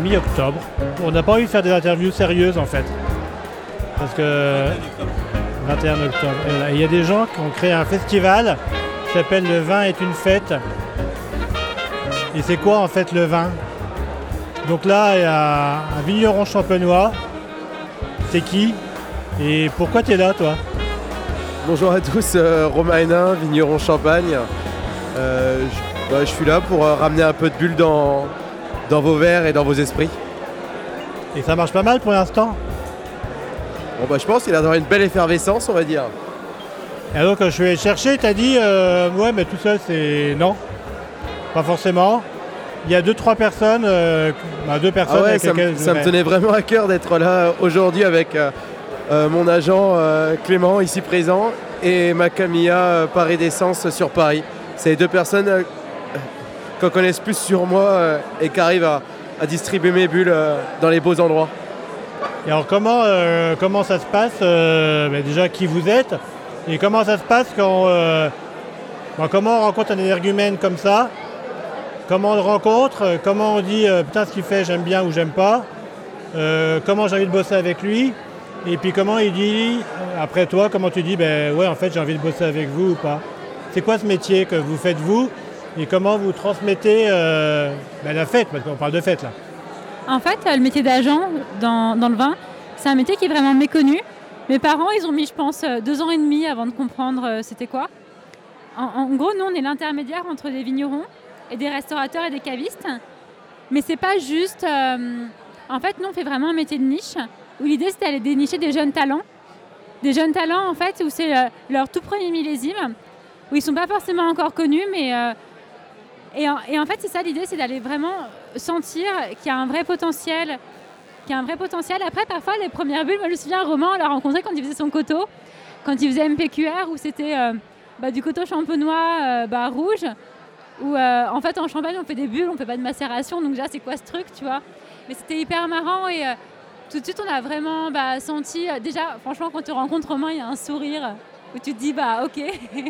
mi-octobre. On n'a pas envie de faire des interviews sérieuses en fait. Parce que 21 octobre. Et il y a des gens qui ont créé un festival qui s'appelle Le vin est une fête. Et c'est quoi en fait le vin? Donc là, il y a un vigneron champenois. C'est qui? Et pourquoi tu es là toi? Bonjour à tous, Romain Hénin, vigneron Champagne. Je suis là pour ramener un peu de bulle dans vos verres et dans vos esprits. Et ça marche pas mal pour l'instant? Bon, je pense qu'il a d'avoir une belle effervescence, on va dire. Et donc je suis allé chercher, t'as dit ouais mais tout seul c'est non, pas forcément. Il y a 2-3 personnes, 2 personnes Ah ouais, avec lesquelles ça me tenait vraiment à cœur d'être là aujourd'hui avec mon agent Clément ici présent et ma Camilla Paris d'Essence sur Paris. C'est les 2 personnes qu'on connaisse plus sur moi et qui arrivent à distribuer mes bulles dans les beaux endroits. Et alors comment ça se passe déjà qui vous êtes et comment ça se passe quand comment on rencontre un énergumène comme ça, comment on le rencontre, comment on dit putain ce qu'il fait j'aime bien ou j'aime pas, comment j'ai envie de bosser avec lui et puis comment il dit après toi comment tu dis ouais en fait j'ai envie de bosser avec vous ou pas. C'est quoi ce métier que vous faites vous et comment vous transmettez la fête parce qu'on parle de fête là. En fait, le métier d'agent dans le vin, c'est un métier qui est vraiment méconnu. Mes parents, ils ont mis, je pense, 2 ans et demi avant de comprendre c'était quoi. En gros, nous, on est l'intermédiaire entre des vignerons et des restaurateurs et des cavistes. Mais c'est pas juste... En fait, nous, on fait vraiment un métier de niche, où l'idée, c'est d'aller dénicher des jeunes talents. Des jeunes talents, en fait, où c'est leur tout premier millésime, où ils sont pas forcément encore connus, mais... Et en fait, c'est ça l'idée, c'est d'aller vraiment sentir qu'il y a un vrai potentiel. Après, parfois, les premières bulles, moi, je me souviens, Romain, on l'a rencontré quand il faisait son coteau, quand il faisait MPQR, où c'était du coteau champenois rouge, où en fait, en Champagne, on fait des bulles, on fait pas de macération, donc déjà, c'est quoi ce truc, tu vois? Mais c'était hyper marrant et tout de suite, on a vraiment senti... déjà, franchement, quand tu rencontres Romain, il y a un sourire où tu te dis, ok.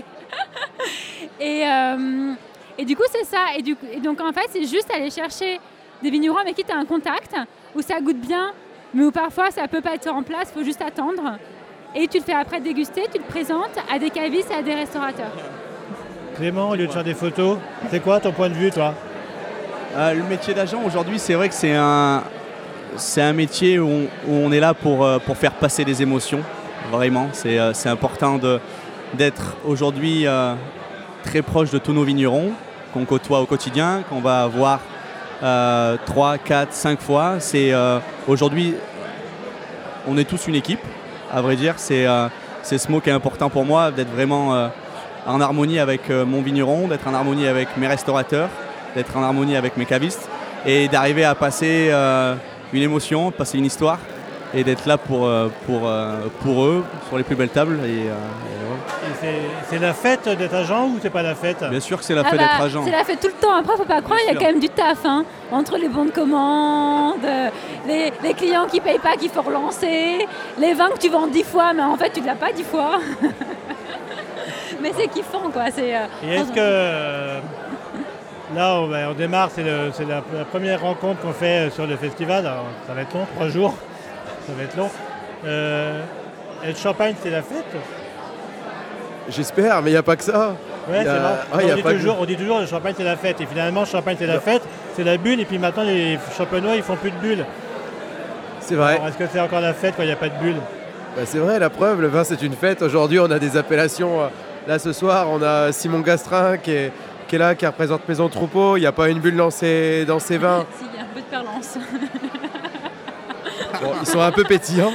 Et du coup, c'est ça. Et donc, en fait, c'est juste aller chercher des vignerons avec qui tu as un contact, où ça goûte bien, mais où parfois, ça ne peut pas être en place, il faut juste attendre. Et tu le fais après déguster, tu le présentes à des cavistes et à des restaurateurs. Clément, au lieu de faire des photos, c'est quoi ton point de vue, toi? Le métier d'agent, aujourd'hui, c'est vrai que c'est un métier où on est là pour faire passer des émotions, vraiment. C'est important d'être aujourd'hui... très proche de tous nos vignerons qu'on côtoie au quotidien, qu'on va voir 3, 4, 5 fois. Aujourd'hui, on est tous une équipe, à vrai dire. C'est ce mot qui est important pour moi, d'être vraiment en harmonie avec mon vigneron, d'être en harmonie avec mes restaurateurs, d'être en harmonie avec mes cavistes et d'arriver à passer une émotion, passer une histoire et d'être là pour eux sur les plus belles tables. Et c'est la fête d'être agent ou c'est pas la fête? Bien sûr que c'est la fête d'être agent. C'est la fête tout le temps. Après, faut pas croire, il y a quand même du taf. Entre les bons de commande, les clients qui payent pas, qu'il faut relancer, les vins que tu vends 10 fois, mais en fait, tu ne l'as pas 10 fois. Mais c'est kiffant, quoi. Et est-ce que... Là, on démarre, c'est la première rencontre qu'on fait sur le festival. Alors, ça va être long, 3 jours. Ça va être long. Et le champagne, c'est la fête? J'espère, mais il n'y a pas que ça. Ouais, c'est marrant. On dit toujours le champagne, c'est la fête. Et finalement, le champagne, c'est la fête, c'est la bulle. Et puis maintenant, les champenois, ils font plus de bulles. C'est vrai. Alors, est-ce que c'est encore la fête quand il n'y a pas de bulles? C'est vrai, la preuve, le vin, c'est une fête. Aujourd'hui, on a des appellations. Là, ce soir, on a Simon Gastrin qui est là, qui représente Maison Troupeau. Il n'y a pas une bulle dans ses vins. Si, il y a un peu de perlance. Bon, ils sont un peu pétillants.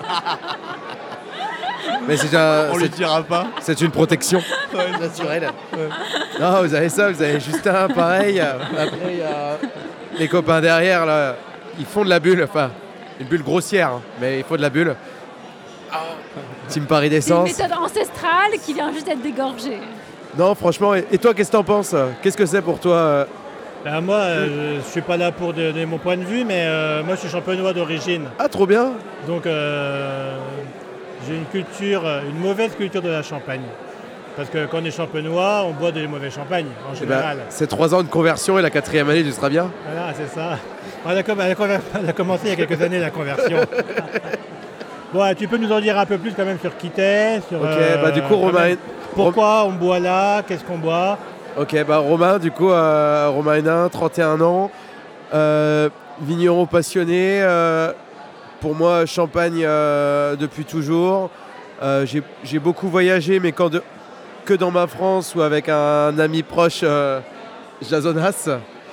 Mais on ne le dira pas. C'est une protection naturelle. Ouais. Non, vous avez ça, vous avez Justin, pareil. Après, il y a les copains derrière, là, ils font de la bulle. Enfin, une bulle grossière, mais il faut de la bulle. Team Paris d'Essence. C'est une méthode ancestrale qui vient juste d'être dégorgée. Non, franchement. Et toi, qu'est-ce que t'en penses? Qu'est-ce que c'est pour toi? Moi, je ne suis pas là pour donner mon point de vue, mais moi, je suis champenois d'origine. Ah, trop bien. Donc, j'ai une mauvaise culture de la Champagne. Parce que quand on est champenois, on boit des mauvais champagnes, en Eh ben, général. c'est 3 ans de conversion et la 4e année, tu seras bien. Voilà, c'est ça. Elle a commencé il y a quelques années, la conversion. Bon, tu peux nous en dire un peu plus quand même sur qui t'es, sur, Ok, du coup, quand Romain. même, pourquoi on boit là, qu'est-ce qu'on boit? Ok, Romain, du coup, Romain Hénin, 31 ans, vigneron passionné. Pour moi, Champagne depuis toujours. J'ai beaucoup voyagé, mais que dans ma France ou avec un ami proche, Jasonas,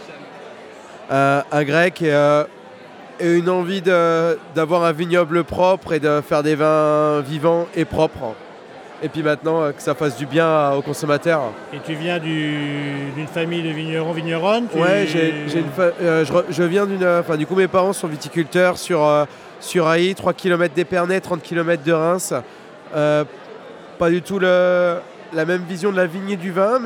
un grec, et une envie d'avoir un vignoble propre et de faire des vins vivants et propres. Et puis maintenant, que ça fasse du bien aux consommateurs. Et tu viens d'une famille de vignerons, Ouais, je viens du coup, mes parents sont viticulteurs sur Ailly, 3 km d'Épernay, 30 km de Reims. Pas du tout la même vision de la vigne et du vin,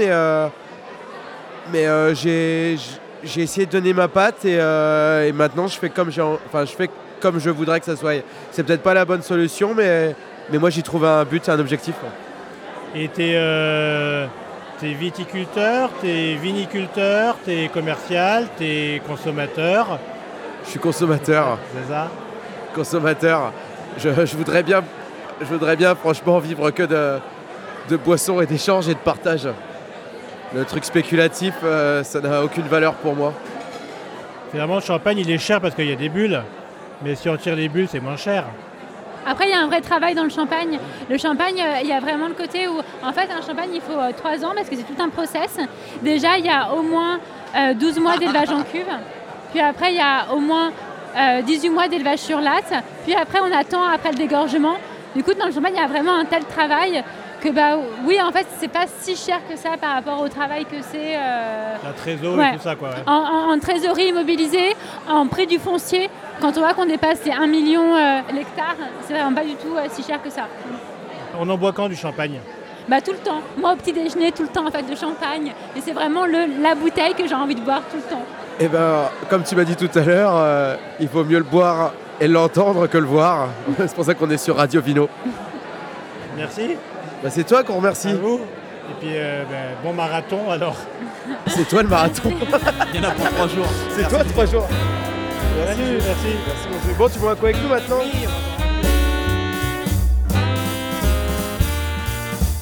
mais j'ai essayé de donner ma patte et maintenant je fais comme je voudrais que ça soit. C'est peut-être pas la bonne solution, mais moi j'y trouve un but, un objectif. Et t'es viticulteur, t'es viniculteur, t'es commercial, t'es consommateur. Je suis consommateur. C'est ça? Consommateur. Je voudrais bien franchement vivre que de boissons et d'échanges et de partage. Le truc spéculatif, ça n'a aucune valeur pour moi. Finalement, le champagne, il est cher parce qu'il y a des bulles. Mais si on tire les bulles, c'est moins cher. Après, il y a un vrai travail dans le champagne. Le champagne, il y a vraiment le côté où, en fait, un champagne, il faut 3 ans parce que c'est tout un process. Déjà, il y a au moins 12 mois d'élevage en cuve. Puis après, il y a au moins 18 mois d'élevage sur latte. Puis après, on attend après le dégorgement. Du coup, dans le champagne, il y a vraiment un tel travail que, oui, en fait, c'est pas si cher que ça par rapport au travail que c'est. La trésorerie et tout ça, quoi. Ouais. En trésorerie immobilisée, en prix du foncier. Quand on voit qu'on dépasse les 1 million l'hectare, c'est vraiment pas du tout si cher que ça. On en boit quand du champagne? Tout le temps. Moi, au petit déjeuner, tout le temps, en fait, de champagne. Et c'est vraiment la bouteille que j'ai envie de boire tout le temps. Et comme tu m'as dit tout à l'heure, il vaut mieux le boire et l'entendre que le voir. C'est pour ça qu'on est sur Radio Vino. Merci. C'est toi qu'on remercie. À vous. Et puis, bon marathon alors. C'est toi le marathon. Il y en a pour 3 jours. C'est toi 3 jours. Merci. Merci beaucoup. Bon, tu bois quoi avec nous maintenant?